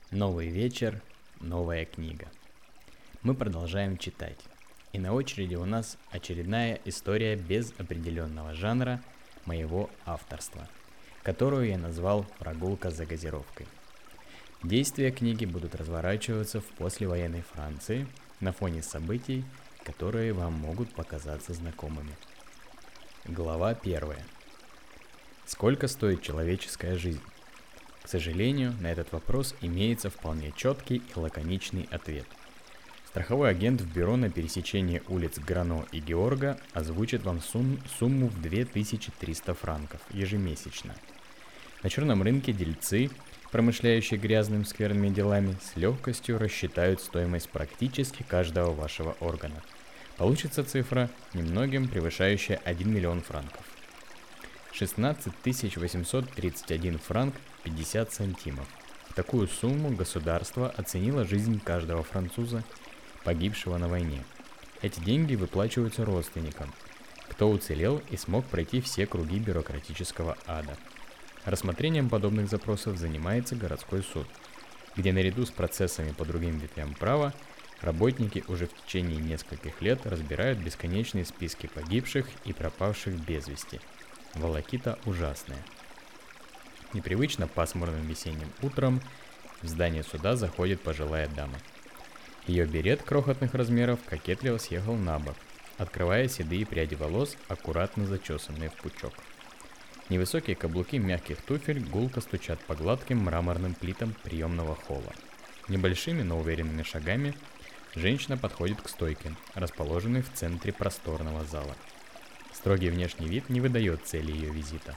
Новый вечер, новая книга. Мы продолжаем читать. И на очереди у нас очередная история без определенного жанра моего авторства, которую я назвал «Прогулка за газировкой». Действия книги будут разворачиваться в послевоенной Франции на фоне событий, которые вам могут показаться знакомыми. Глава 1. Сколько стоит человеческая жизнь? К сожалению, на этот вопрос имеется вполне четкий и лаконичный ответ. Страховой агент в бюро на пересечении улиц Грано и Георга озвучит вам сумму в 2300 франков ежемесячно. На черном рынке дельцы, промышляющие грязными скверными делами, с легкостью рассчитают стоимость практически каждого вашего органа. Получится цифра, немногим превышающая 1 миллион франков. 16 831 франк 50 сантимов. В такую сумму государство оценило жизнь каждого француза, погибшего на войне. Эти деньги выплачиваются родственникам, кто уцелел и смог пройти все круги бюрократического ада. Рассмотрением подобных запросов занимается городской суд, где наряду с процессами по другим ветвям права работники уже в течение нескольких лет разбирают бесконечные списки погибших и пропавших без вести. Волокита ужасная. Непривычно пасмурным весенним утром в здание суда заходит пожилая дама. Ее берет крохотных размеров кокетливо съехал на бок, открывая седые пряди волос, аккуратно зачесанные в пучок. Невысокие каблуки мягких туфель гулко стучат по гладким мраморным плитам приемного холла. Небольшими, но уверенными шагами женщина подходит к стойке, расположенной в центре просторного зала. Строгий внешний вид не выдает цели ее визита.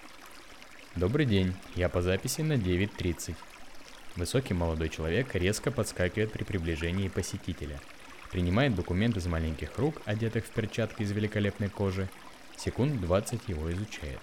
«Добрый день, я по записи на 9:30». Высокий молодой человек резко подскакивает при приближении посетителя, принимает документ из маленьких рук, одетых в перчатки из великолепной кожи, секунд 20 его изучает.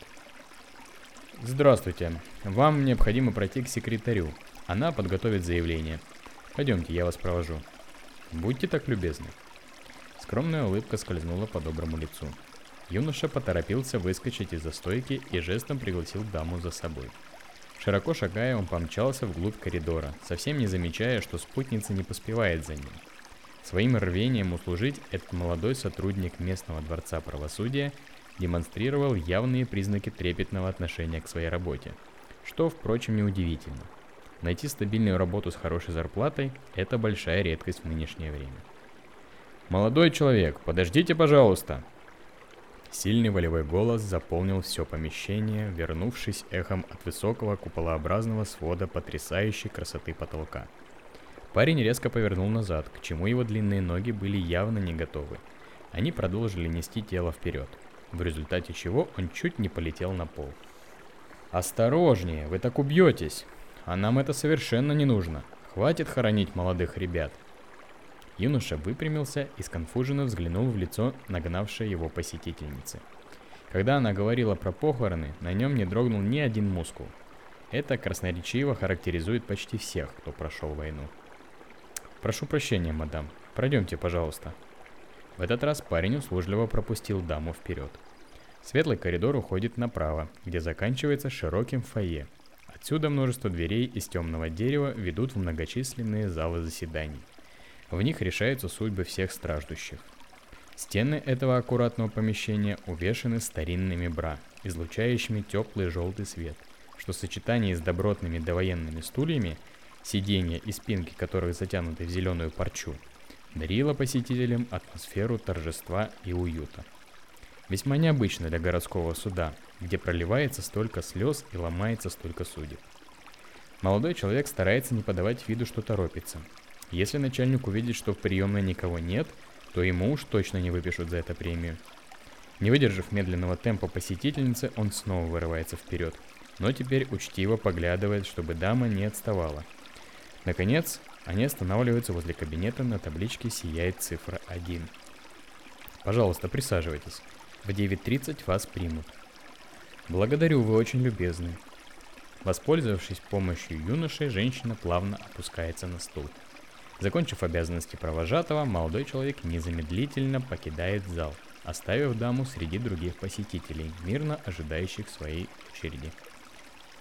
«Здравствуйте, вам необходимо пройти к секретарю, она подготовит заявление. Пойдемте, я вас провожу». «Будьте так любезны». Скромная улыбка скользнула по доброму лицу. Юноша поторопился выскочить из-за стойки и жестом пригласил даму за собой. Широко шагая, он помчался вглубь коридора, совсем не замечая, что спутница не поспевает за ним. Своим рвением услужить этот молодой сотрудник местного дворца правосудия демонстрировал явные признаки трепетного отношения к своей работе, что, впрочем, неудивительно. Найти стабильную работу с хорошей зарплатой – это большая редкость в нынешнее время. «Молодой человек, подождите, пожалуйста!» Сильный волевой голос заполнил все помещение, вернувшись эхом от высокого куполообразного свода потрясающей красоты потолка. Парень резко повернул назад, к чему его длинные ноги были явно не готовы. Они продолжили нести тело вперед, в результате чего он чуть не полетел на пол. «Осторожнее, вы так убьетесь! А нам это совершенно не нужно! Хватит хоронить молодых ребят!» Юноша выпрямился и сконфуженно взглянул в лицо нагнавшей его посетительницы. Когда она говорила про похороны, на нем не дрогнул ни один мускул. Это красноречиво характеризует почти всех, кто прошел войну. «Прошу прощения, мадам. Пройдемте, пожалуйста». В этот раз парень услужливо пропустил даму вперед. Светлый коридор уходит направо, где заканчивается широким фойе. Отсюда множество дверей из темного дерева ведут в многочисленные залы заседаний. В них решаются судьбы всех страждущих. Стены этого аккуратного помещения увешаны старинными бра, излучающими теплый желтый свет, что в сочетании с добротными довоенными стульями, сиденья и спинки которых затянуты в зеленую парчу, дарило посетителям атмосферу торжества и уюта. Весьма необычно для городского суда, где проливается столько слез и ломается столько судеб. Молодой человек старается не подавать виду, что торопится. Если начальник увидит, что в приемной никого нет, то ему уж точно не выпишут за это премию. Не выдержав медленного темпа посетительницы, он снова вырывается вперед, но теперь учтиво поглядывает, чтобы дама не отставала. Наконец, они останавливаются возле кабинета, на табличке сияет цифра 1. «Пожалуйста, присаживайтесь. В 9:30 вас примут». «Благодарю, вы очень любезны». Воспользовавшись помощью юноши, женщина плавно опускается на стул. Закончив обязанности провожатого, молодой человек незамедлительно покидает зал, оставив даму среди других посетителей, мирно ожидающих своей очереди.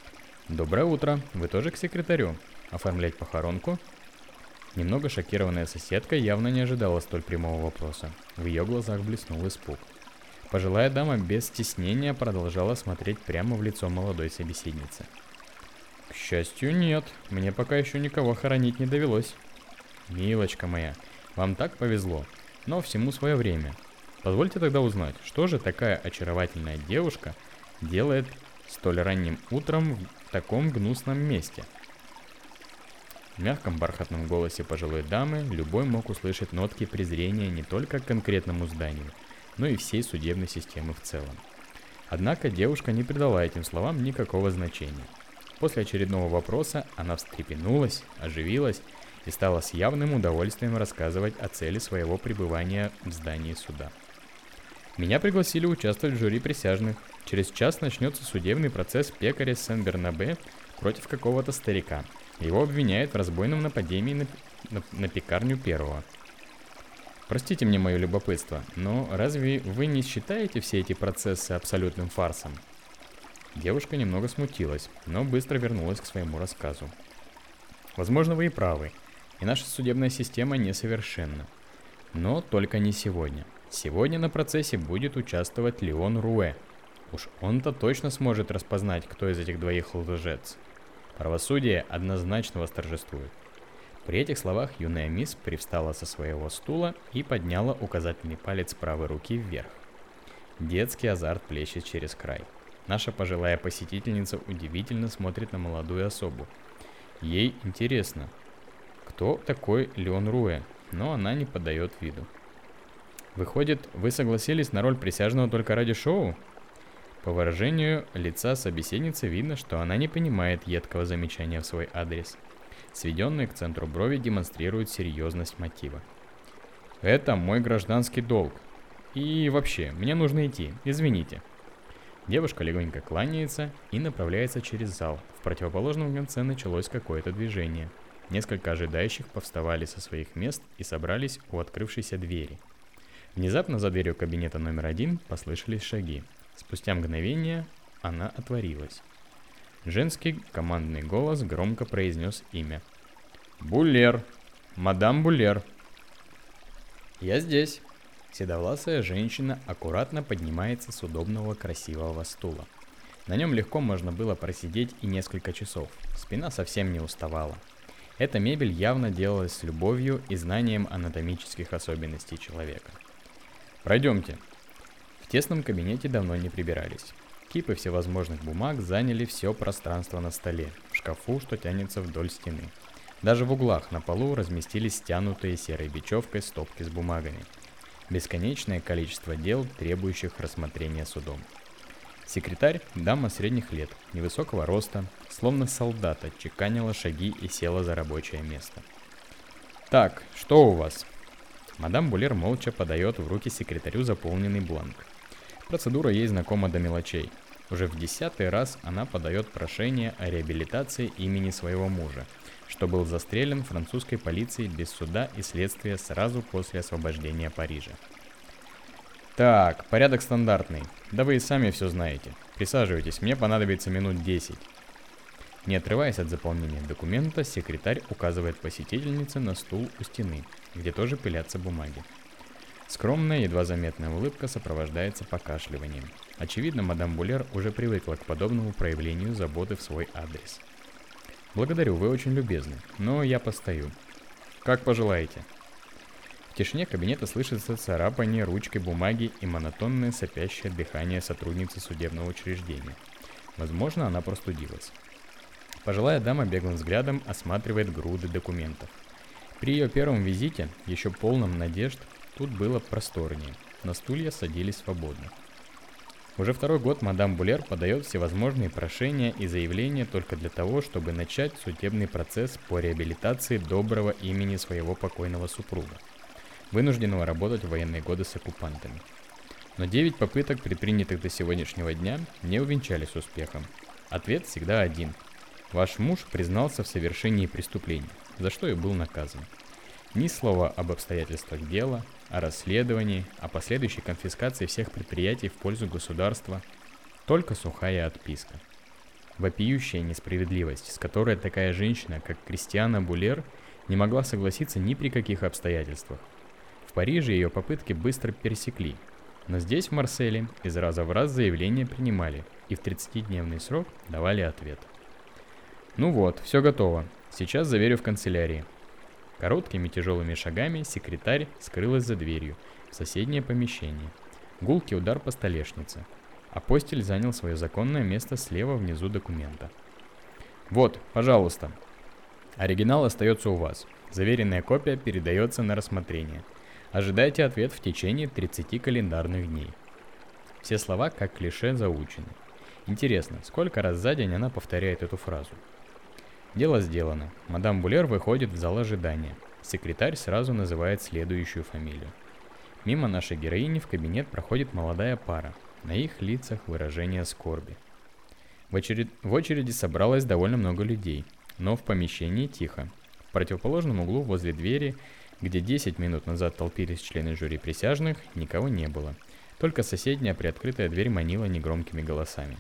Доброе утро, вы тоже к секретарю? Оформлять похоронку? Немного шокированная соседка явно не ожидала столь прямого вопроса. В ее глазах блеснул испуг. Пожилая дама без стеснения продолжала смотреть прямо в лицо молодой собеседницы. К счастью, нет, мне пока еще никого хоронить не довелось. Милочка моя, вам так повезло, но всему свое время. Позвольте тогда узнать, что же такая очаровательная девушка делает столь ранним утром в таком гнусном месте? В мягком бархатном голосе пожилой дамы любой мог услышать нотки презрения не только к конкретному зданию, но и всей судебной системы в целом. Однако девушка не придала этим словам никакого значения. После очередного вопроса она встрепенулась, оживилась и стала с явным удовольствием рассказывать о цели своего пребывания в здании суда. Меня пригласили участвовать в жюри присяжных. Через час начнется судебный процесс пекаря Сен-Бернабе против какого-то старика. Его обвиняют в разбойном нападении на пекарню первого. Простите мне мое любопытство, но разве вы не считаете все эти процессы абсолютным фарсом? Девушка немного смутилась, но быстро вернулась к своему рассказу. Возможно, вы и правы, и наша судебная система несовершенна. Но только не сегодня. Сегодня на процессе будет участвовать Леон Руэ. Уж он-то точно сможет распознать, кто из этих двоих лжец. Правосудие однозначно восторжествует. При этих словах юная мисс привстала со своего стула и подняла указательный палец правой руки вверх. Детский азарт плещет через край. Наша пожилая посетительница удивительно смотрит на молодую особу. Ей интересно, кто такой Леон Руэ, но она не подает виду. Выходит, вы согласились на роль присяжного только ради шоу? По выражению лица собеседницы видно, что она не понимает едкого замечания в свой адрес. Сведенные к центру брови демонстрируют серьезность мотива. Это мой гражданский долг. И вообще, мне нужно идти, извините. Девушка легонько кланяется и направляется через зал. В противоположном конце началось какое-то движение. Несколько ожидающих повставали со своих мест и собрались у открывшейся двери. Внезапно за дверью кабинета номер 1 послышались шаги. Спустя мгновение она отворилась. Женский командный голос громко произнес имя. «Буллер! Мадам Буллер!» «Я здесь!» Седовласая женщина аккуратно поднимается с удобного красивого стула. На нем легко можно было просидеть и несколько часов. Спина совсем не уставала. Эта мебель явно делалась с любовью и знанием анатомических особенностей человека. «Пройдемте!» В тесном кабинете давно не прибирались. Кипы всевозможных бумаг заняли все пространство на столе, в шкафу, что тянется вдоль стены. Даже в углах на полу разместились стянутые серой бечевкой стопки с бумагами. Бесконечное количество дел, требующих рассмотрения судом. Секретарь, дама средних лет, невысокого роста, словно солдат, отчеканила шаги и села за рабочее место. «Так, что у вас?» Мадам Буллер молча подает в руки секретарю заполненный бланк. Процедура ей знакома до мелочей. Уже в 10-й раз она подает прошение о реабилитации имени своего мужа, что был застрелен французской полицией без суда и следствия сразу после освобождения Парижа. «Так, порядок стандартный. Да вы и сами все знаете. Присаживайтесь, мне понадобится минут 10. Не отрываясь от заполнения документа, секретарь указывает посетительнице на стул у стены, где тоже пылятся бумаги. Скромная, едва заметная улыбка сопровождается покашливанием. Очевидно, мадам Буллер уже привыкла к подобному проявлению заботы в свой адрес. «Благодарю, вы очень любезны, но я постою. Как пожелаете». В тишине кабинета слышится царапание ручкой бумаги и монотонное сопящее дыхание сотрудницы судебного учреждения. Возможно, она простудилась. Пожилая дама беглым взглядом осматривает груды документов. При ее первом визите, еще полном надежд, тут было просторнее, на стулья садились свободно. Уже второй год мадам Буллер подает всевозможные прошения и заявления только для того, чтобы начать судебный процесс по реабилитации доброго имени своего покойного супруга, вынужденного работать в военные годы с оккупантами. Но 9 попыток, предпринятых до сегодняшнего дня, не увенчались успехом. Ответ всегда один. Ваш муж признался в совершении преступления, за что и был наказан. Ни слова об обстоятельствах дела, о расследовании, о последующей конфискации всех предприятий в пользу государства, только сухая отписка. Вопиющая несправедливость, с которой такая женщина, как Кристиана Булер, не могла согласиться ни при каких обстоятельствах. В Париже ее попытки быстро пересекли, но здесь, в Марселе, из раза в раз заявления принимали и в 30-дневный срок давали ответ. Ну вот, все готово. Сейчас заверю в канцелярии. Короткими тяжелыми шагами секретарь скрылась за дверью в соседнее помещение. Гулкий удар по столешнице. Апостиль занял свое законное место слева внизу документа. Вот, пожалуйста. Оригинал остается у вас. Заверенная копия передается на рассмотрение. Ожидайте ответ в течение 30 календарных дней. Все слова как клише заучены. Интересно, сколько раз за день она повторяет эту фразу? Дело сделано. Мадам Булер выходит в зал ожидания. Секретарь сразу называет следующую фамилию. Мимо нашей героини в кабинет проходит молодая пара. На их лицах выражение скорби. В очереди собралось довольно много людей, но в помещении тихо. В противоположном углу возле двери, где 10 минут назад толпились члены жюри присяжных, никого не было. Только соседняя приоткрытая дверь манила негромкими голосами.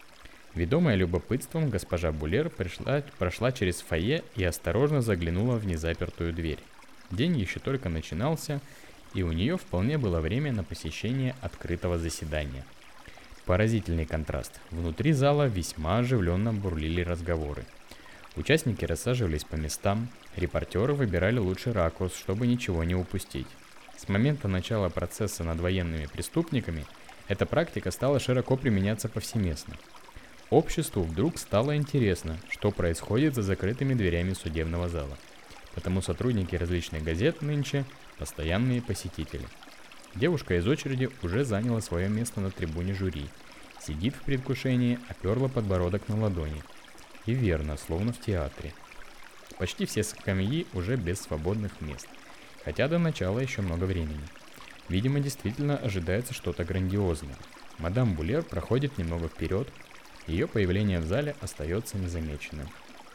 Ведомая любопытством, госпожа Булер прошла через фойе и осторожно заглянула в незапертую дверь. День еще только начинался, и у нее вполне было время на посещение открытого заседания. Поразительный контраст. Внутри зала весьма оживленно бурлили разговоры. Участники рассаживались по местам, репортеры выбирали лучший ракурс, чтобы ничего не упустить. С момента начала процесса над военными преступниками эта практика стала широко применяться повсеместно. Обществу вдруг стало интересно, что происходит за закрытыми дверями судебного зала. Потому сотрудники различных газет нынче постоянные посетители. Девушка из очереди уже заняла свое место на трибуне жюри. Сидит в предвкушении, оперла подбородок на ладони. И верно, словно в театре. Почти все скамьи уже без свободных мест. Хотя до начала еще много времени. Видимо, действительно ожидается что-то грандиозное. Мадам Булер проходит немного вперед. Ее появление в зале остается незамеченным.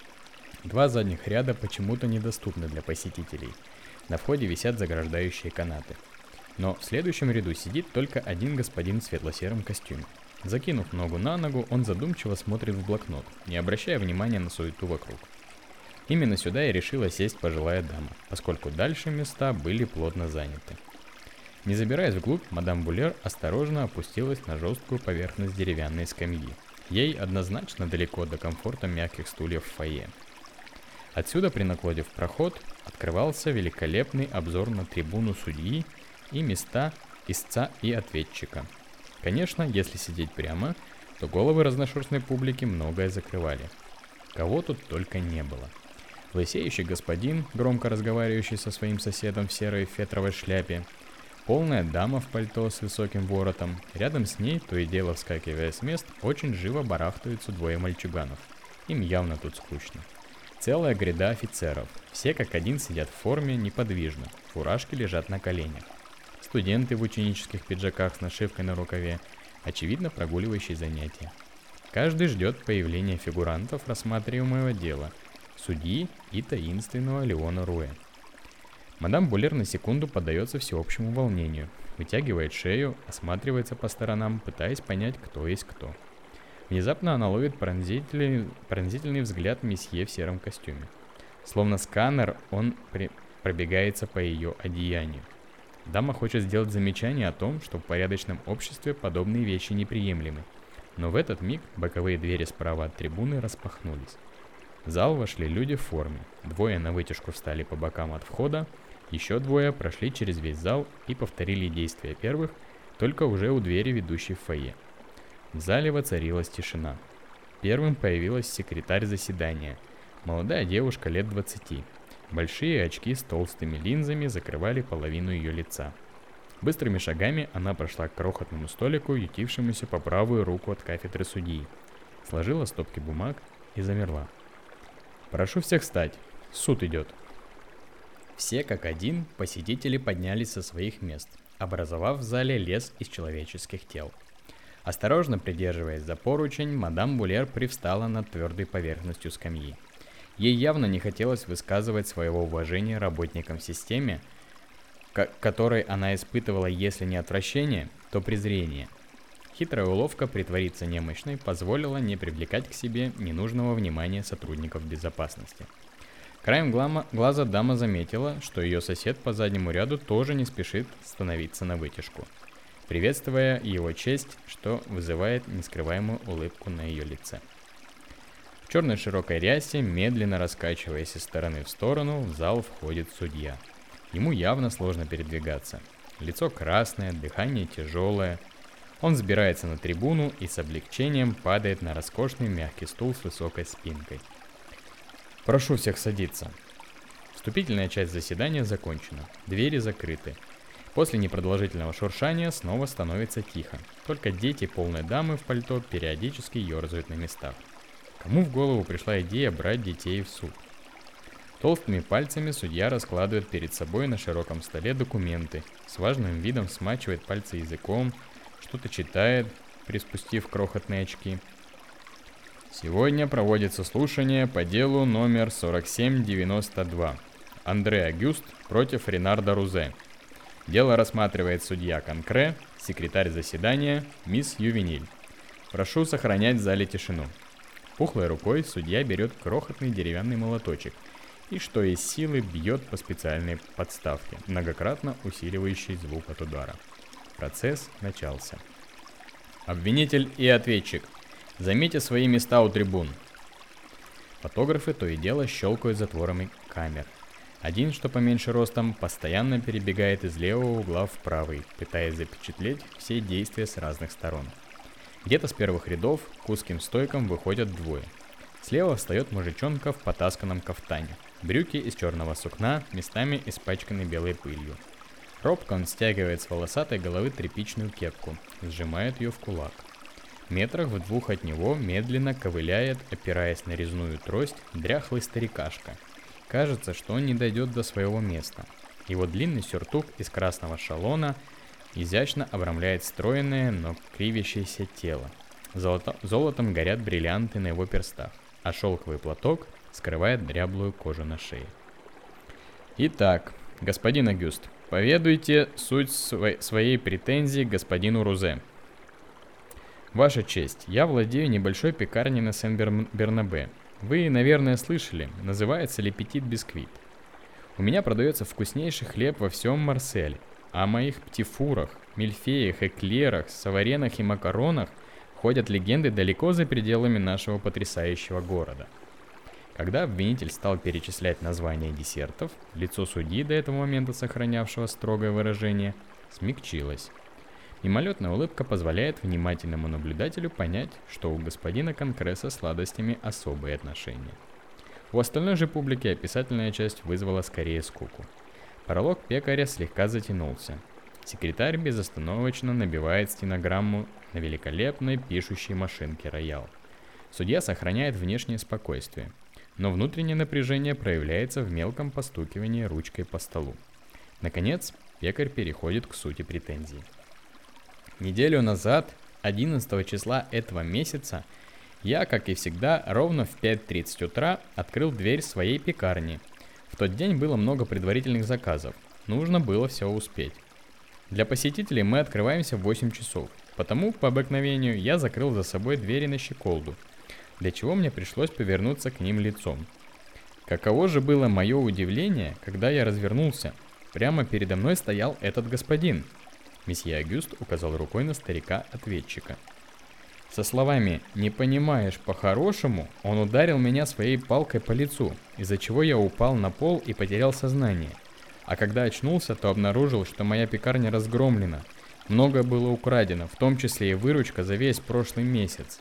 Два задних ряда почему-то недоступны для посетителей. На входе висят заграждающие канаты. Но в следующем ряду сидит только один господин в светло-сером костюме. Закинув ногу на ногу, он задумчиво смотрит в блокнот, не обращая внимания на суету вокруг. Именно сюда и решила сесть пожилая дама, поскольку дальше места были плотно заняты. Не забираясь вглубь, мадам Булер осторожно опустилась на жесткую поверхность деревянной скамьи. Ей однозначно далеко до комфорта мягких стульев в фойе. Отсюда при накладе в проход открывался великолепный обзор на трибуну судьи и места истца и ответчика. Конечно, если сидеть прямо, то головы разношерстной публики многое закрывали. Кого тут только не было. Лысеющий господин, громко разговаривающий со своим соседом в серой фетровой шляпе, полная дама в пальто с высоким воротом, рядом с ней, то и дело вскакивая с мест, очень живо барахтаются двое мальчуганов. Им явно тут скучно. Целая гряда офицеров, все как один сидят в форме неподвижно, фуражки лежат на коленях. Студенты в ученических пиджаках с нашивкой на рукаве, очевидно прогуливающие занятия. Каждый ждет появления фигурантов рассматриваемого дела, судьи и таинственного Леона Руэ. Мадам Булер на секунду поддается всеобщему волнению, вытягивает шею, осматривается по сторонам, пытаясь понять, кто есть кто. Внезапно она ловит пронзительный взгляд месье в сером костюме. Словно сканер, он пробегается по ее одеянию. Дама хочет сделать замечание о том, что в порядочном обществе подобные вещи неприемлемы. Но в этот миг боковые двери справа от трибуны распахнулись. В зал вошли люди в форме. Двое навытяжку встали по бокам от входа, еще двое прошли через весь зал и повторили действия первых, только уже у двери, ведущей в фойе. В зале воцарилась тишина. Первым появилась секретарь заседания, молодая девушка лет 20. Большие очки с толстыми линзами закрывали половину ее лица. Быстрыми шагами она прошла к крохотному столику, ютившемуся по правую руку от кафедры судьи, сложила стопки бумаг и замерла. «Прошу всех встать, суд идет». Все как один посетители поднялись со своих мест, образовав в зале лес из человеческих тел. Осторожно придерживаясь за поручень, мадам Булер привстала над твердой поверхностью скамьи. Ей явно не хотелось высказывать своего уважения работникам в системе, к которой она испытывала, если не отвращение, то презрение. Хитрая уловка притвориться немощной позволила не привлекать к себе ненужного внимания сотрудников безопасности. Краем глаза дама заметила, что ее сосед по заднему ряду тоже не спешит становиться на вытяжку, приветствуя его честь, что вызывает нескрываемую улыбку на ее лице. В черной широкой рясе, медленно раскачиваясь из стороны в сторону, в зал входит судья. Ему явно сложно передвигаться. Лицо красное, дыхание тяжелое. Он взбирается на трибуну и с облегчением падает на роскошный мягкий стул с высокой спинкой. Прошу всех садиться. Вступительная часть заседания закончена. Двери закрыты. После непродолжительного шуршания снова становится тихо. Только дети полной дамы в пальто периодически ерзают на местах. Кому в голову пришла идея брать детей в суд? Толстыми пальцами судья раскладывает перед собой на широком столе документы, с важным видом смачивает пальцы языком, что-то читает, приспустив крохотные очки. Сегодня проводится слушание по делу номер 4792. Андре Агюст против Ренарда Рузе. Дело рассматривает судья Конкре, секретарь заседания, мисс Ювениль. Прошу сохранять в зале тишину. Пухлой рукой судья берет крохотный деревянный молоточек и, что из силы, бьет по специальной подставке, многократно усиливающей звук от удара. Процесс начался. Обвинитель и ответчик. Займите свои места у трибун. Фотографы то и дело щелкают затворами камер. Один, что поменьше ростом, постоянно перебегает из левого угла в правый, пытаясь запечатлеть все действия с разных сторон. Где-то с первых рядов к узким стойкам выходят двое. Слева встает мужичонка в потасканном кафтане. Брюки из черного сукна, местами испачканы белой пылью. Робко он стягивает с волосатой головы тряпичную кепку, сжимает ее в кулак. Метрах в 2 от него медленно ковыляет, опираясь на резную трость, дряхлый старикашка. Кажется, что он не дойдет до своего места. Его длинный сюртук из красного шалона изящно обрамляет стройное, но кривящееся тело. Золотом горят бриллианты на его перстах, а шелковый платок скрывает дряблую кожу на шее. Итак, господин Агюст, поведайте суть своей претензии к господину Рузе. Ваша честь, я владею небольшой пекарней на Сен-Бернабе. Вы, наверное, слышали, называется Le Petit Biscuit. У меня продается вкуснейший хлеб во всем Марселе. О моих птифурах, мильфеях, эклерах, саваренах и макаронах ходят легенды далеко за пределами нашего потрясающего города. Когда обвинитель стал перечислять названия десертов, лицо судьи, до этого момента сохранявшего строгое выражение, смягчилось. Мимолетная улыбка позволяет внимательному наблюдателю понять, что у господина Конкре со сладостями особые отношения. У остальной же публики описательная часть вызвала скорее скуку. Пролог пекаря слегка затянулся. Секретарь безостановочно набивает стенограмму на великолепной пишущей машинке «Роял». Судья сохраняет внешнее спокойствие, но внутреннее напряжение проявляется в мелком постукивании ручкой по столу. Наконец, пекарь переходит к сути претензий. Неделю назад, 11 числа этого месяца, я, как и всегда, ровно в 5:30 утра открыл дверь своей пекарни. В тот день было много предварительных заказов, нужно было все успеть. Для посетителей мы открываемся в 8 часов, потому, по обыкновению, я закрыл за собой двери на щеколду, для чего мне пришлось повернуться к ним лицом. Каково же было мое удивление, когда я развернулся. Прямо передо мной стоял этот господин. Месье Агюст указал рукой на старика-ответчика. Со словами «не понимаешь по-хорошему», он ударил меня своей палкой по лицу, из-за чего я упал на пол и потерял сознание. А когда очнулся, то обнаружил, что моя пекарня разгромлена. Многое было украдено, в том числе и выручка за весь прошлый месяц.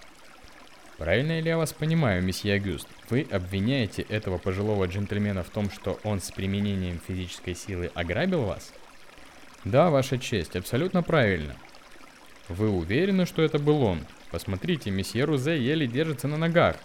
Правильно ли я вас понимаю, месье Агюст? Вы обвиняете этого пожилого джентльмена в том, что он с применением физической силы ограбил вас? Да, ваша честь, абсолютно правильно. Вы уверены, что это был он? Посмотрите, месье Рузе еле держится на ногах.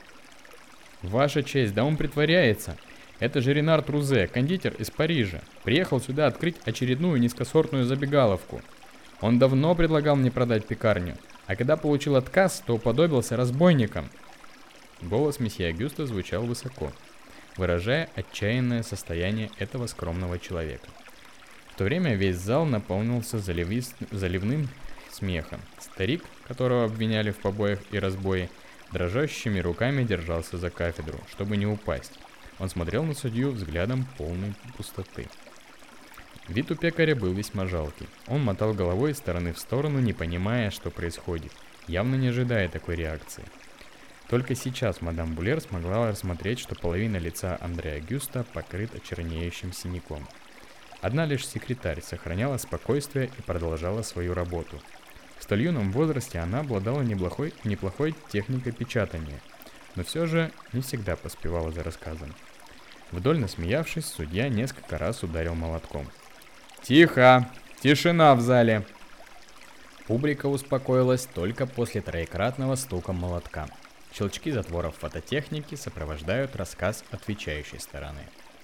Ваша честь, да он притворяется. Это же Ренард Рузе, кондитер из Парижа. Приехал сюда открыть очередную низкосортную забегаловку. Он давно предлагал мне продать пекарню, а когда получил отказ, то уподобился разбойникам. Голос месье Агюста звучал высоко, выражая отчаянное состояние этого скромного человека. В то время весь зал наполнился заливным смеха. Старик, которого обвиняли в побоях и разбое, дрожащими руками держался за кафедру, чтобы не упасть. Он смотрел на судью взглядом полной пустоты. Вид у пекаря был весьма жалкий. Он мотал головой из стороны в сторону, не понимая, что происходит, явно не ожидая такой реакции. Только сейчас мадам Булер смогла рассмотреть, что половина лица Андреа Гюста покрыта чернеющим синяком. Одна лишь секретарь сохраняла спокойствие и продолжала свою работу. В столь юном возрасте она обладала неплохой техникой печатания, но все же не всегда поспевала за рассказом. Вдоль насмеявшись, судья несколько раз ударил молотком. «Тихо! Тишина в зале!» Публика успокоилась только после троекратного стука молотка. Щелчки затворов фототехники сопровождают рассказ отвечающей стороны.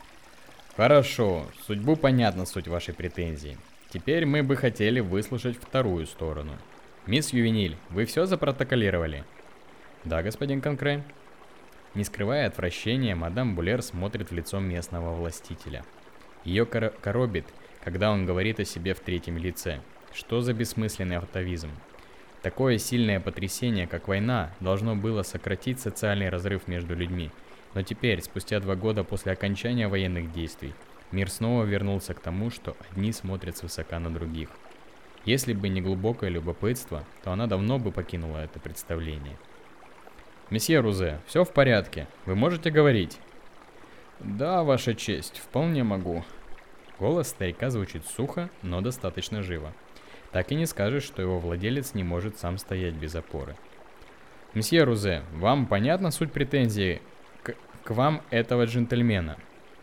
«Хорошо, судьбу понятна суть вашей претензии. Теперь мы бы хотели выслушать вторую сторону. Мисс Ювениль, вы все запротоколировали?» «Да, господин Конкре». Не скрывая отвращения, мадам Булер смотрит в лицо местного властителя. Ее коробит, когда он говорит о себе в третьем лице. Что за бессмысленный атовизм? Такое сильное потрясение, как война, должно было сократить социальный разрыв между людьми. Но теперь, спустя 2 года после окончания военных действий, мир снова вернулся к тому, что одни смотрят свысока на других. Если бы не глубокое любопытство, то она давно бы покинула это представление. «Месье Рузе, все в порядке. Вы можете говорить?» «Да, Ваша честь, вполне могу». Голос старика звучит сухо, но достаточно живо. Так и не скажешь, что его владелец не может сам стоять без опоры. «Месье Рузе, вам понятна суть претензии к вам этого джентльмена?»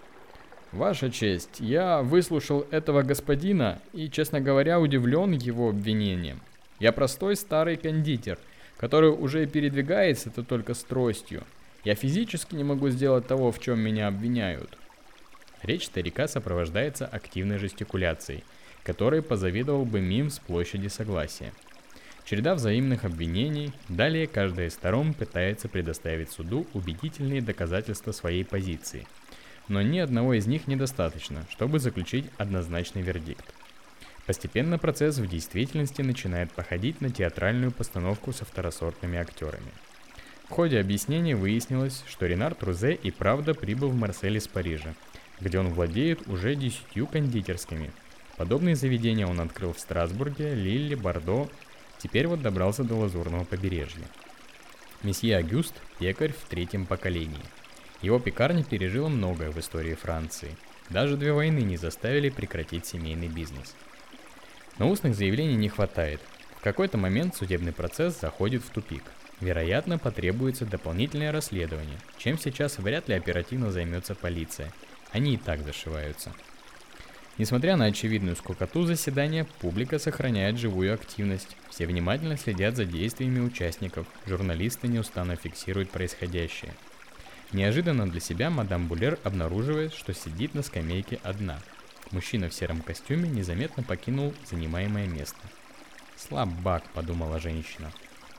«Ваша честь, я выслушал этого господина и, честно говоря, удивлен его обвинением. Я простой старый кондитер, который уже передвигается-то только с тростью. Я физически не могу сделать того, в чем меня обвиняют». Речь старика сопровождается активной жестикуляцией, которой позавидовал бы мим с площади Согласия. Череда взаимных обвинений, далее каждая из сторон пытается предоставить суду убедительные доказательства своей позиции. Но ни одного из них недостаточно, чтобы заключить однозначный вердикт. Постепенно процесс в действительности начинает походить на театральную постановку со второсортными актерами. В ходе объяснений выяснилось, что Ренар Рузе и правда прибыл в Марсель из Парижа, где он владеет уже 10 кондитерскими. Подобные заведения он открыл в Страсбурге, Лилле, Бордо, теперь вот добрался до Лазурного побережья. Месье Агюст – пекарь в 3-м поколении. Его пекарня пережила многое в истории Франции. Даже 2 войны не заставили прекратить семейный бизнес. Но устных заявлений не хватает. В какой-то момент судебный процесс заходит в тупик. Вероятно, потребуется дополнительное расследование, чем сейчас вряд ли оперативно займется полиция. Они и так зашиваются. Несмотря на очевидную скукоту заседания, публика сохраняет живую активность. Все внимательно следят за действиями участников, журналисты неустанно фиксируют происходящее. Неожиданно для себя мадам Булер обнаруживает, что сидит на скамейке одна. Мужчина в сером костюме незаметно покинул занимаемое место. «Слабак», — подумала женщина.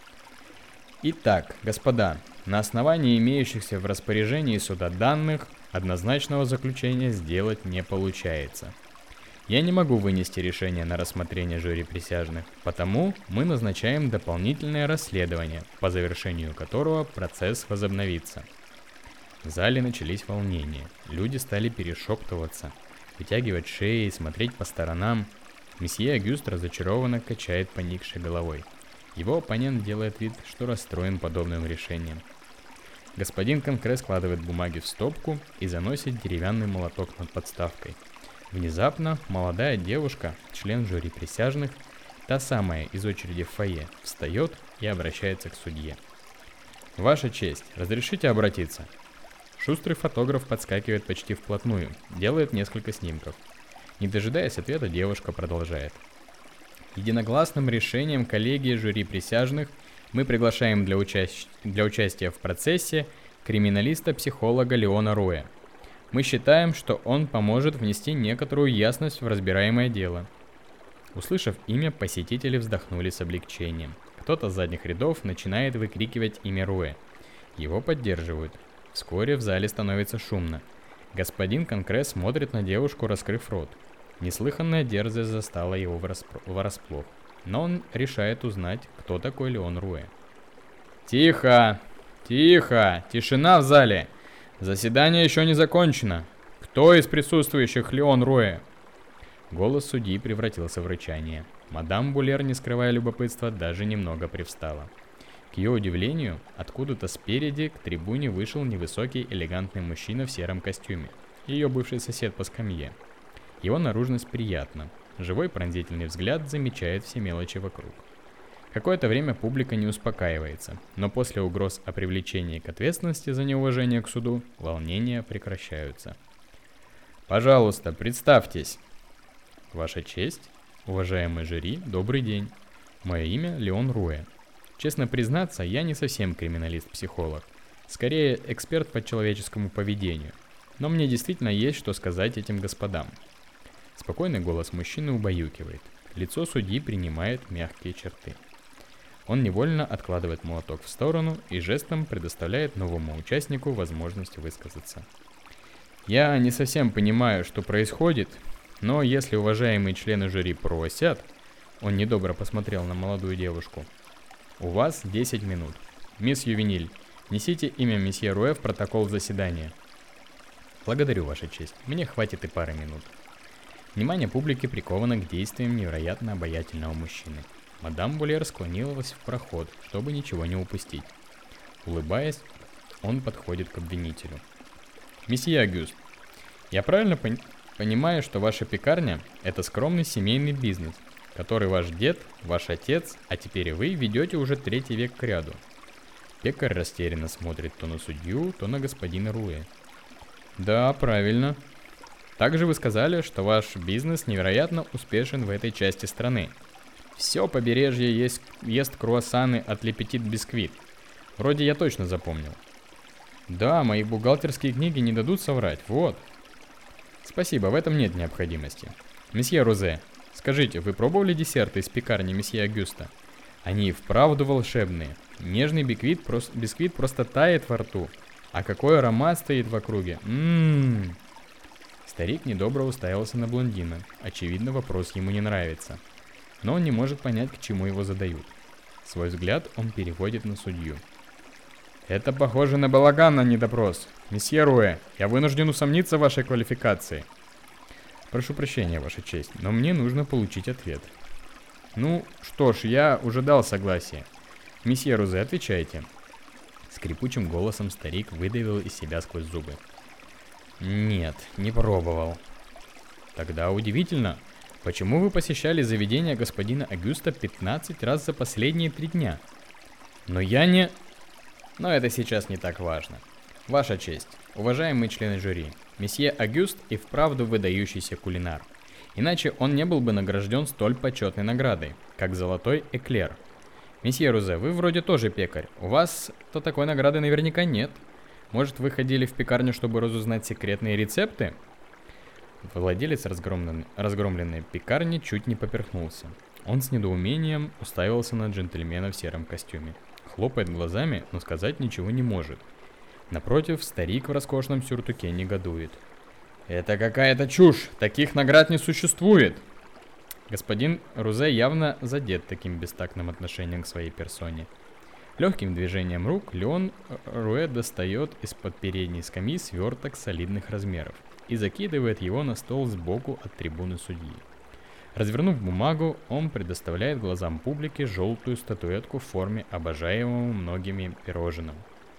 Итак, господа, на основании имеющихся в распоряжении суда данных, однозначного заключения сделать не получается. Я не могу вынести решение на рассмотрение жюри присяжных, потому мы назначаем дополнительное расследование, по завершению которого процесс возобновится. В зале начались волнения, люди стали перешептываться, вытягивать шеи, смотреть по сторонам. Месье Агюст разочарованно качает поникшей головой. Его оппонент делает вид, что расстроен подобным решением. Господин Конкре складывает бумаги в стопку и заносит деревянный молоток над подставкой. Внезапно молодая девушка, член жюри присяжных, та самая из очереди в фойе, встает и обращается к судье. «Ваша честь, разрешите обратиться?» Шустрый фотограф подскакивает почти вплотную, делает несколько снимков. Не дожидаясь ответа, девушка продолжает. Единогласным решением коллегии жюри присяжных мы приглашаем для участия в процессе криминалиста-психолога Леона Руэ. Мы считаем, что он поможет внести некоторую ясность в разбираемое дело. Услышав имя, посетители вздохнули с облегчением. Кто-то с задних рядов начинает выкрикивать имя Руэ. Его поддерживают. Вскоре в зале становится шумно. Господин Конкре смотрит на девушку, раскрыв рот. Неслыханная дерзость застала его врасплох. но он решает узнать, кто такой Леон Руэ. «Тихо! Тихо! Тишина в зале! Заседание еще не закончено! Кто из присутствующих Леон Руэ?» Голос судьи превратился в рычание. Мадам Булер, не скрывая любопытства, даже немного привстала. К ее удивлению, откуда-то спереди к трибуне вышел невысокий элегантный мужчина в сером костюме, ее бывший сосед по скамье. Его наружность приятна, живой пронзительный взгляд замечает все мелочи вокруг. Какое-то время публика не успокаивается, но после угроз о привлечении к ответственности за неуважение к суду, волнения прекращаются. «Пожалуйста, представьтесь!» «Ваша честь, уважаемый жюри, добрый день. Мое имя Леон Руэ. Честно признаться, я не совсем криминалист-психолог, скорее эксперт по человеческому поведению, но мне действительно есть что сказать этим господам». Спокойный голос мужчины убаюкивает, лицо судьи принимает мягкие черты. Он невольно откладывает молоток в сторону и жестом предоставляет новому участнику возможность высказаться. «Я не совсем понимаю, что происходит, но если уважаемые члены жюри просят...» Он недобро посмотрел на молодую девушку. «У вас 10 минут. Мисс Ювениль, несите имя месье Руэ в протокол заседания». «Благодарю, Ваша честь. Мне хватит и пары минут». Внимание публики приковано к действиям невероятно обаятельного мужчины. Мадам Булер склонилась в проход, чтобы ничего не упустить. Улыбаясь, он подходит к обвинителю. «Месье Агюст, я правильно понимаю, что ваша пекарня – это скромный семейный бизнес, который ваш дед, ваш отец, а теперь и вы ведете уже 3-й век кряду?» Пекарь растерянно смотрит то на судью, то на господина Руэ. «Да, правильно. Также вы сказали, что ваш бизнес невероятно успешен в этой части страны. Все побережье ест круассаны от Le Petit Biscuit. Вроде я точно запомнил». «Да, мои бухгалтерские книги не дадут соврать, вот». «Спасибо, в этом нет необходимости. Месье Розе, скажите, вы пробовали десерты из пекарни месье Агюста? Они и вправду волшебные. Нежный бисквит просто тает во рту. А какой аромат стоит в округе. Ммм». Старик недобро уставился на блондина. Очевидно, вопрос ему не нравится. Но он не может понять, к чему его задают. Свой взгляд он переводит на судью. «Это похоже на балаган, а не допрос. Месье Руэ, я вынужден усомниться в вашей квалификации». «Прошу прощения, Ваша честь, но мне нужно получить ответ». «Ну, что ж, я уже дал согласие. Месье Рузе, отвечайте». Скрипучим голосом старик выдавил из себя сквозь зубы. «Нет, не пробовал». «Тогда удивительно. Почему вы посещали заведение господина Агюста 15 раз за последние 3 дня?» «Но я не...» «Но это сейчас не так важно. Ваша честь, уважаемые члены жюри, месье Агюст и вправду выдающийся кулинар. Иначе он не был бы награжден столь почетной наградой, как золотой эклер. Месье Рузе, вы вроде тоже пекарь. У вас-то такой награды наверняка нет. Может, вы ходили в пекарню, чтобы разузнать секретные рецепты?» Владелец разгромленной пекарни чуть не поперхнулся. Он с недоумением уставился на джентльмена в сером костюме. Хлопает глазами, но сказать ничего не может. Напротив, старик в роскошном сюртуке негодует. «Это какая-то чушь! Таких наград не существует!» Господин Рузе явно задет таким бестактным отношением к своей персоне. Легким движением рук Леон Руэ достает из-под передней скамьи сверток солидных размеров и закидывает его на стол сбоку от трибуны судьи. Развернув бумагу, он предоставляет глазам публики желтую статуэтку в форме обожаемого многими пирожного.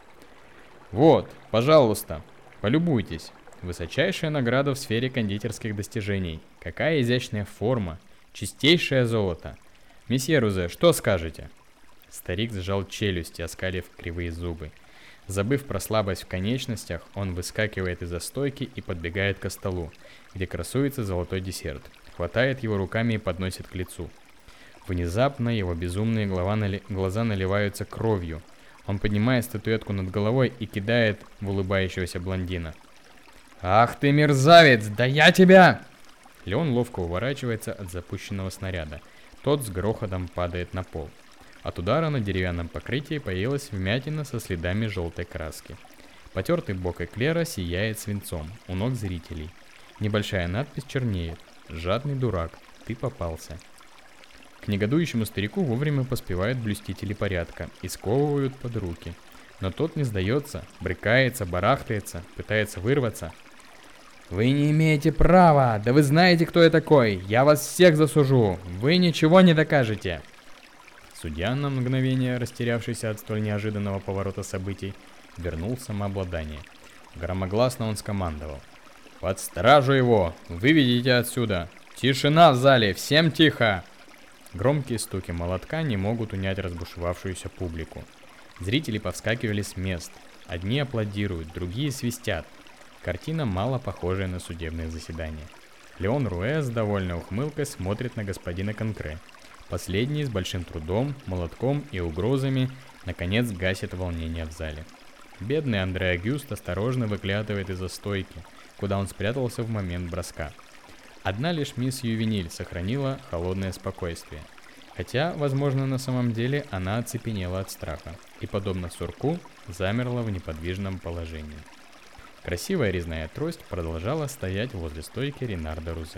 «Вот, пожалуйста, полюбуйтесь. Высочайшая награда в сфере кондитерских достижений. Какая изящная форма, чистейшее золото. Месье Рузе, что скажете?» Старик сжал челюсти, оскалив кривые зубы. Забыв про слабость в конечностях, он выскакивает из-за стойки и подбегает ко столу, где красуется золотой десерт. Хватает его руками и подносит к лицу. Внезапно его безумные глаза наливаются кровью. Он поднимает статуэтку над головой и кидает в улыбающегося блондина. «Ах ты мерзавец! Да я тебя!» Леон ловко уворачивается от запущенного снаряда. Тот с грохотом падает на пол. От удара на деревянном покрытии появилась вмятина со следами желтой краски. Потертый бок эклера сияет свинцом у ног зрителей. Небольшая надпись чернеет. «Жадный дурак, ты попался». К негодующему старику вовремя поспевают блюстители порядка и сковывают под руки. Но тот не сдается, брыкается, барахтается, пытается вырваться. «Вы не имеете права! Да вы знаете, кто я такой! Я вас всех засужу! Вы ничего не докажете!» Судья, на мгновение растерявшийся от столь неожиданного поворота событий, вернул самообладание. Громогласно он скомандовал: «Под стражу его! Выведите отсюда! Тишина в зале! Всем тихо!» Громкие стуки молотка не могут унять разбушевавшуюся публику. Зрители повскакивали с мест. Одни аплодируют, другие свистят. Картина мало похожая на судебное заседание. Леон Руэ с довольной ухмылкой смотрит на господина Конкре. Последний с большим трудом, молотком и угрозами наконец гасит волнение в зале. Бедный Андре Агюст осторожно выглядывает из-за стойки, куда он спрятался в момент броска. Одна лишь мисс Ювениль сохранила холодное спокойствие. Хотя, возможно, на самом деле она оцепенела от страха и, подобно сурку, замерла в неподвижном положении. Красивая резная трость продолжала стоять возле стойки Ренарда Рузе.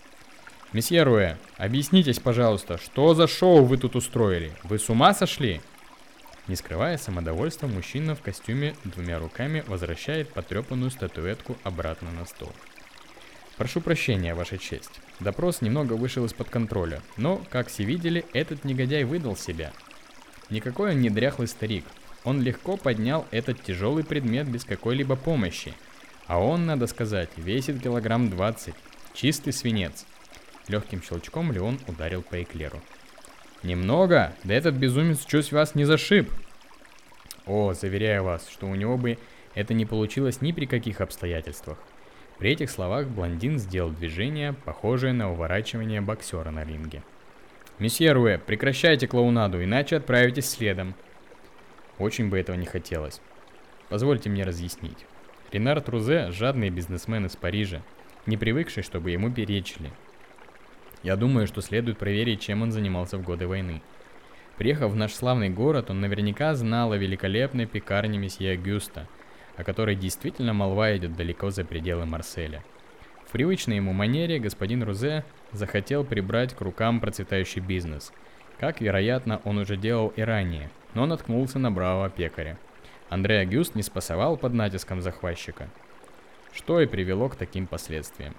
«Месье Руэ, объяснитесь, пожалуйста, что за шоу вы тут устроили? Вы с ума сошли?» Не скрывая самодовольства, мужчина в костюме двумя руками возвращает потрепанную статуэтку обратно на стол. «Прошу прощения, Ваша честь. Допрос немного вышел из-под контроля, но, как все видели, этот негодяй выдал себя. Никакой он не дряхлый старик. Он легко поднял этот тяжелый предмет без какой-либо помощи. А он, надо сказать, весит килограмм 20. Чистый свинец». Легким щелчком Леон ударил по эклеру. «Немного? Да этот безумец чуть вас не зашиб!» «О, заверяю вас, что у него бы это не получилось ни при каких обстоятельствах». При этих словах блондин сделал движение, похожее на уворачивание боксера на ринге. «Месье Руэ, прекращайте клоунаду, иначе отправитесь следом». Очень бы этого не хотелось. Позвольте мне разъяснить. Ренард Рузе – жадный бизнесмен из Парижа, не привыкший, чтобы ему перечили. Я думаю, что следует проверить, чем он занимался в годы войны. Приехав в наш славный город, он наверняка знал о великолепной пекарне месье Агюста, о которой действительно молва идет далеко за пределы Марселя. В привычной ему манере господин Рузе захотел прибрать к рукам процветающий бизнес, как, вероятно, он уже делал и ранее, но наткнулся на бравого пекаря. Андре Агюст не спасовал под натиском захватчика, что и привело к таким последствиям.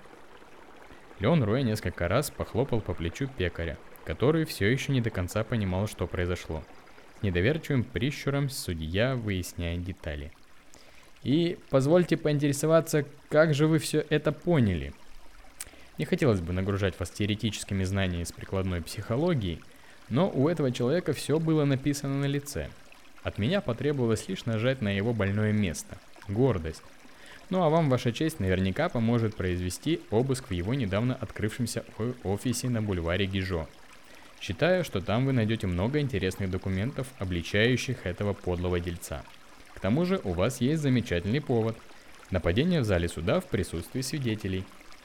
Леон Руэ несколько раз похлопал по плечу пекаря, который все еще не до конца понимал, что произошло. С недоверчивым прищуром судья выясняет детали. «И позвольте поинтересоваться, как же вы все это поняли?» Не хотелось бы нагружать вас теоретическими знаниями из прикладной психологии, но у этого человека все было написано на лице. От меня потребовалось лишь нажать на его больное место – гордость. Ну а вам, Ваша честь, наверняка поможет произвести обыск в его недавно открывшемся офисе на бульваре Гижо. Считаю, что там вы найдете много интересных документов, обличающих этого подлого дельца. К тому же у вас есть замечательный повод – нападение в зале суда в присутствии свидетелей.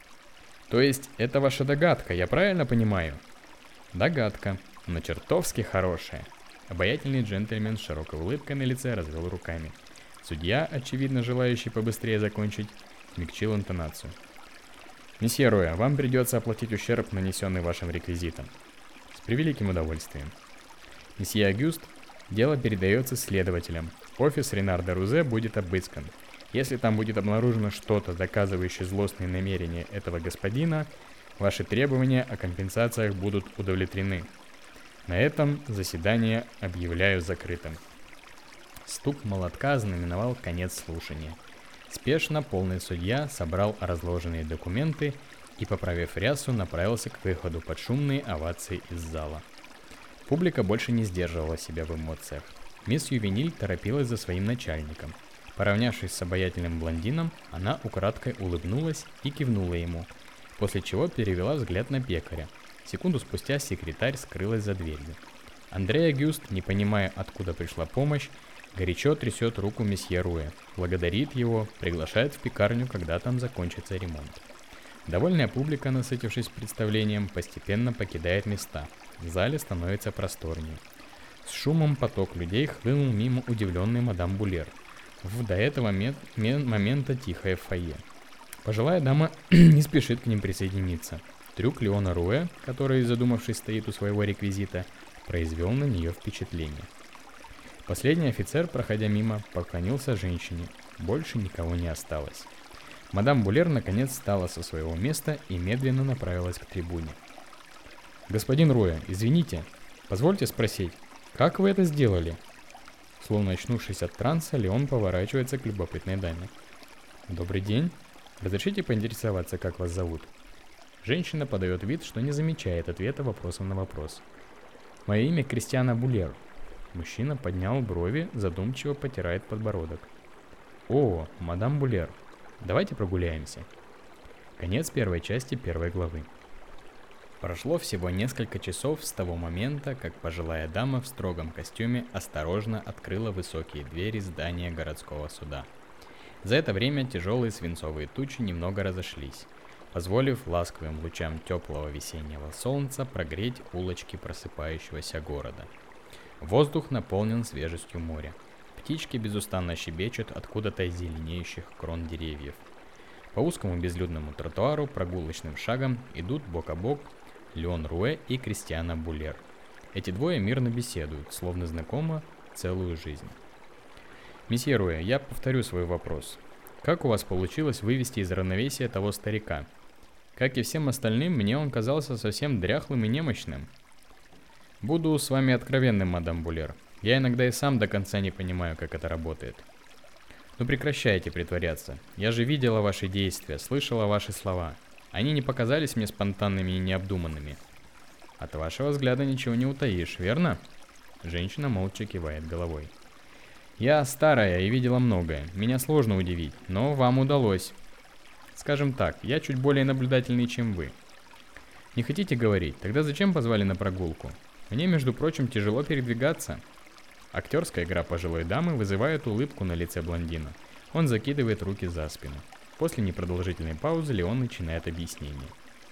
То есть это ваша догадка, я правильно понимаю? Догадка, но чертовски хорошая. Обаятельный джентльмен с широкой улыбкой на лице развел руками. Судья, очевидно желающий побыстрее закончить, смягчил интонацию. «Месье Руэ, вам придется оплатить ущерб, нанесенный вашим реквизитом». «С превеликим удовольствием». «Месье Агюст, дело передается следователям. Офис Ренарда Рузе будет обыскан. Если там будет обнаружено что-то, доказывающее злостные намерения этого господина, ваши требования о компенсациях будут удовлетворены. На этом заседание объявляю закрытым». Стук молотка знаменовал конец слушания. Спешно полный судья собрал разложенные документы и, поправив рясу, направился к выходу под шумные овации из зала. Публика больше не сдерживала себя в эмоциях. Мисс Ювениль торопилась за своим начальником. Поравнявшись с обаятельным блондином, она украдкой улыбнулась и кивнула ему, после чего перевела взгляд на пекаря. Секунду спустя секретарь скрылась за дверью. Андре Агюст, не понимая, откуда пришла помощь, горячо трясет руку месье Руэ, благодарит его, приглашает в пекарню, когда там закончится ремонт. Довольная публика, насытившись представлением, постепенно покидает места. В зале становится просторнее. С шумом поток людей хлынул мимо удивленной мадам Булер. В до этого момента тихое фойе. Пожилая дама не спешит к ним присоединиться. Трюк Леона Руэ, который, задумавшись, стоит у своего реквизита, произвел на нее впечатление. Последний офицер, проходя мимо, поклонился женщине. Больше никого не осталось. Мадам Булер наконец встала со своего места и медленно направилась к трибуне. «Господин Руэ, извините, позвольте спросить, как вы это сделали?» Словно очнувшись от транса, Леон поворачивается к любопытной даме. «Добрый день. Разрешите поинтересоваться, как вас зовут?» Женщина подает вид, что не замечает ответа вопросом на вопрос. «Мое имя Кристиана Булер». Мужчина поднял брови, задумчиво потирает подбородок. «О, мадам Булер, давайте прогуляемся». Конец первой части первой главы. Прошло всего несколько часов с того момента, как пожилая дама в строгом костюме осторожно открыла высокие двери здания городского суда. За это время тяжелые свинцовые тучи немного разошлись, позволив ласковым лучам теплого весеннего солнца прогреть улочки просыпающегося города. Воздух наполнен свежестью моря. Птички безустанно щебечут откуда-то из зеленеющих крон деревьев. По узкому безлюдному тротуару прогулочным шагом идут бок о бок Леон Руэ и Кристиана Булер. Эти двое мирно беседуют, словно знакомы целую жизнь. «Месье Руэ, я повторю свой вопрос. Как у вас получилось вывести из равновесия того старика? Как и всем остальным, мне он казался совсем дряхлым и немощным». «Буду с вами откровенным, мадам Булер. Я иногда и сам до конца не понимаю, как это работает». «Ну прекращайте притворяться. Я же видела ваши действия, слышала ваши слова. Они не показались мне спонтанными и необдуманными». «От вашего взгляда ничего не утаишь, верно?» Женщина молча кивает головой. «Я старая и видела многое. Меня сложно удивить, но вам удалось. Скажем так, я чуть более наблюдательный, чем вы. Не хотите говорить? Тогда зачем позвали на прогулку? Мне, между прочим, тяжело передвигаться». Актерская игра пожилой дамы вызывает улыбку на лице блондина. Он закидывает руки за спину. После непродолжительной паузы Леон начинает объяснение.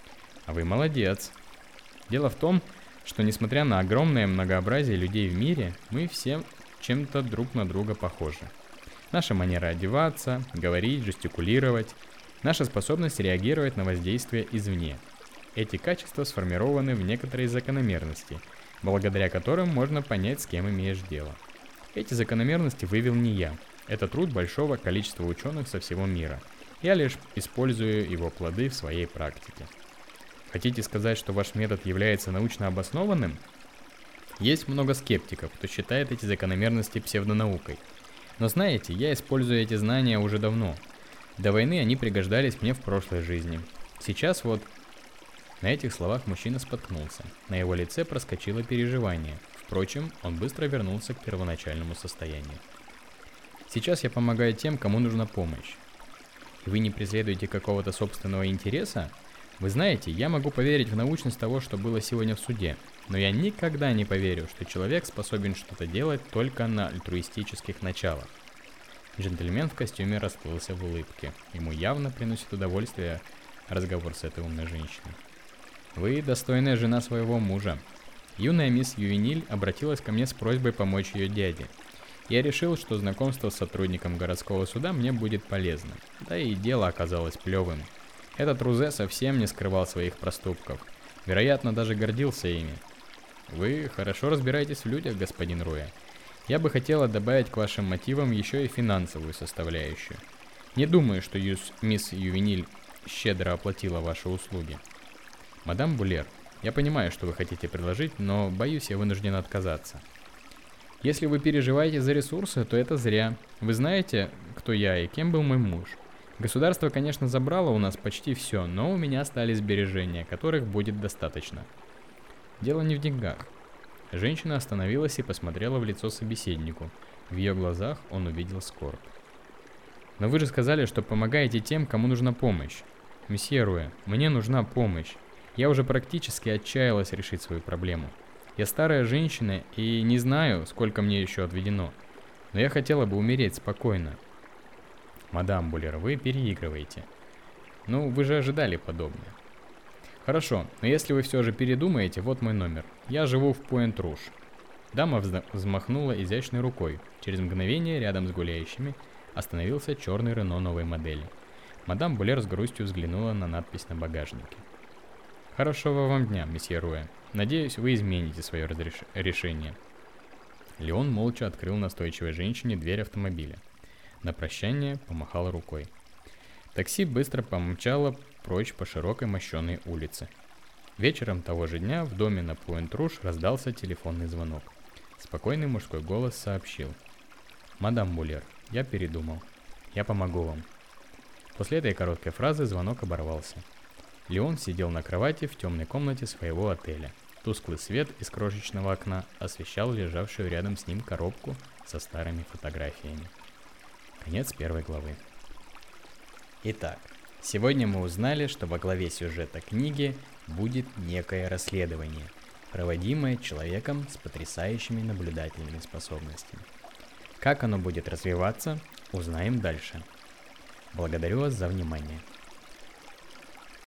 «А вы молодец. Дело в том, что несмотря на огромное многообразие людей в мире, мы все чем-то друг на друга похожи. Наша манера одеваться, говорить, жестикулировать, наша способность реагировать на воздействие извне. Эти качества сформированы в некоторые закономерности, благодаря которым можно понять, с кем имеешь дело. Эти закономерности вывел не я. Это труд большого количества ученых со всего мира. Я лишь использую его плоды в своей практике. Хотите сказать, что ваш метод является научно обоснованным? Есть много скептиков, кто считает эти закономерности псевдонаукой. Но знаете, я использую эти знания уже давно. До войны они пригождались мне в прошлой жизни. Сейчас вот... На этих словах мужчина споткнулся. На его лице проскочило переживание. Впрочем, он быстро вернулся к первоначальному состоянию. Сейчас я помогаю тем, кому нужна помощь. Вы не преследуете какого-то собственного интереса? Вы знаете, я могу поверить в научность того, что было сегодня в суде, но я никогда не поверю, что человек способен что-то делать только на альтруистических началах. Джентльмен в костюме расплылся в улыбке. Ему явно приносит удовольствие разговор с этой умной женщиной. Вы достойная жена своего мужа. Юная мисс Ювениль обратилась ко мне с просьбой помочь ее дяде. Я решил, что знакомство с сотрудником городского суда мне будет полезно. Да и дело оказалось плевым. Этот Рузе совсем не скрывал своих проступков. Вероятно, даже гордился ими. Вы хорошо разбираетесь в людях, господин Руэ. Я бы хотела добавить к вашим мотивам еще и финансовую составляющую. Не думаю, что мисс Ювениль щедро оплатила ваши услуги. Мадам Булер, я понимаю, что вы хотите предложить, но боюсь, я вынужден отказаться. Если вы переживаете за ресурсы, то это зря. Вы знаете, кто я и кем был мой муж. Государство, конечно, забрало у нас почти все, но у меня остались сбережения, которых будет достаточно. Дело не в деньгах. Женщина остановилась и посмотрела в лицо собеседнику. В ее глазах он увидел скорбь. Но вы же сказали, что помогаете тем, кому нужна помощь. Месье Руэ, мне нужна помощь. Я уже практически отчаялась решить свою проблему. Я старая женщина и не знаю, сколько мне еще отведено. Но я хотела бы умереть спокойно. Мадам Булер, вы переигрываете. Ну, вы же ожидали подобное. Хорошо, но если вы все же передумаете, вот мой номер. Я живу в Пуэнт-Руж. Дама взмахнула изящной рукой. Через мгновение рядом с гуляющими остановился черный Рено новой модели. Мадам Булер с грустью взглянула на надпись на багажнике. Хорошего вам дня, месье Руэ. Надеюсь, вы измените свое решение. Леон молча открыл настойчивой женщине дверь автомобиля. На прощание помахал рукой. Такси быстро помчало прочь по широкой мощеной улице. Вечером того же дня в доме на Пуэнт-Руж раздался телефонный звонок. Спокойный мужской голос сообщил: «Мадам Муллер, я передумал. Я помогу вам». После этой короткой фразы звонок оборвался. Леон сидел на кровати в темной комнате своего отеля. Тусклый свет из крошечного окна освещал лежавшую рядом с ним коробку со старыми фотографиями. Конец первой главы. Итак, сегодня мы узнали, что во главе сюжета книги будет некое расследование, проводимое человеком с потрясающими наблюдательными способностями. Как оно будет развиваться, узнаем дальше. Благодарю вас за внимание.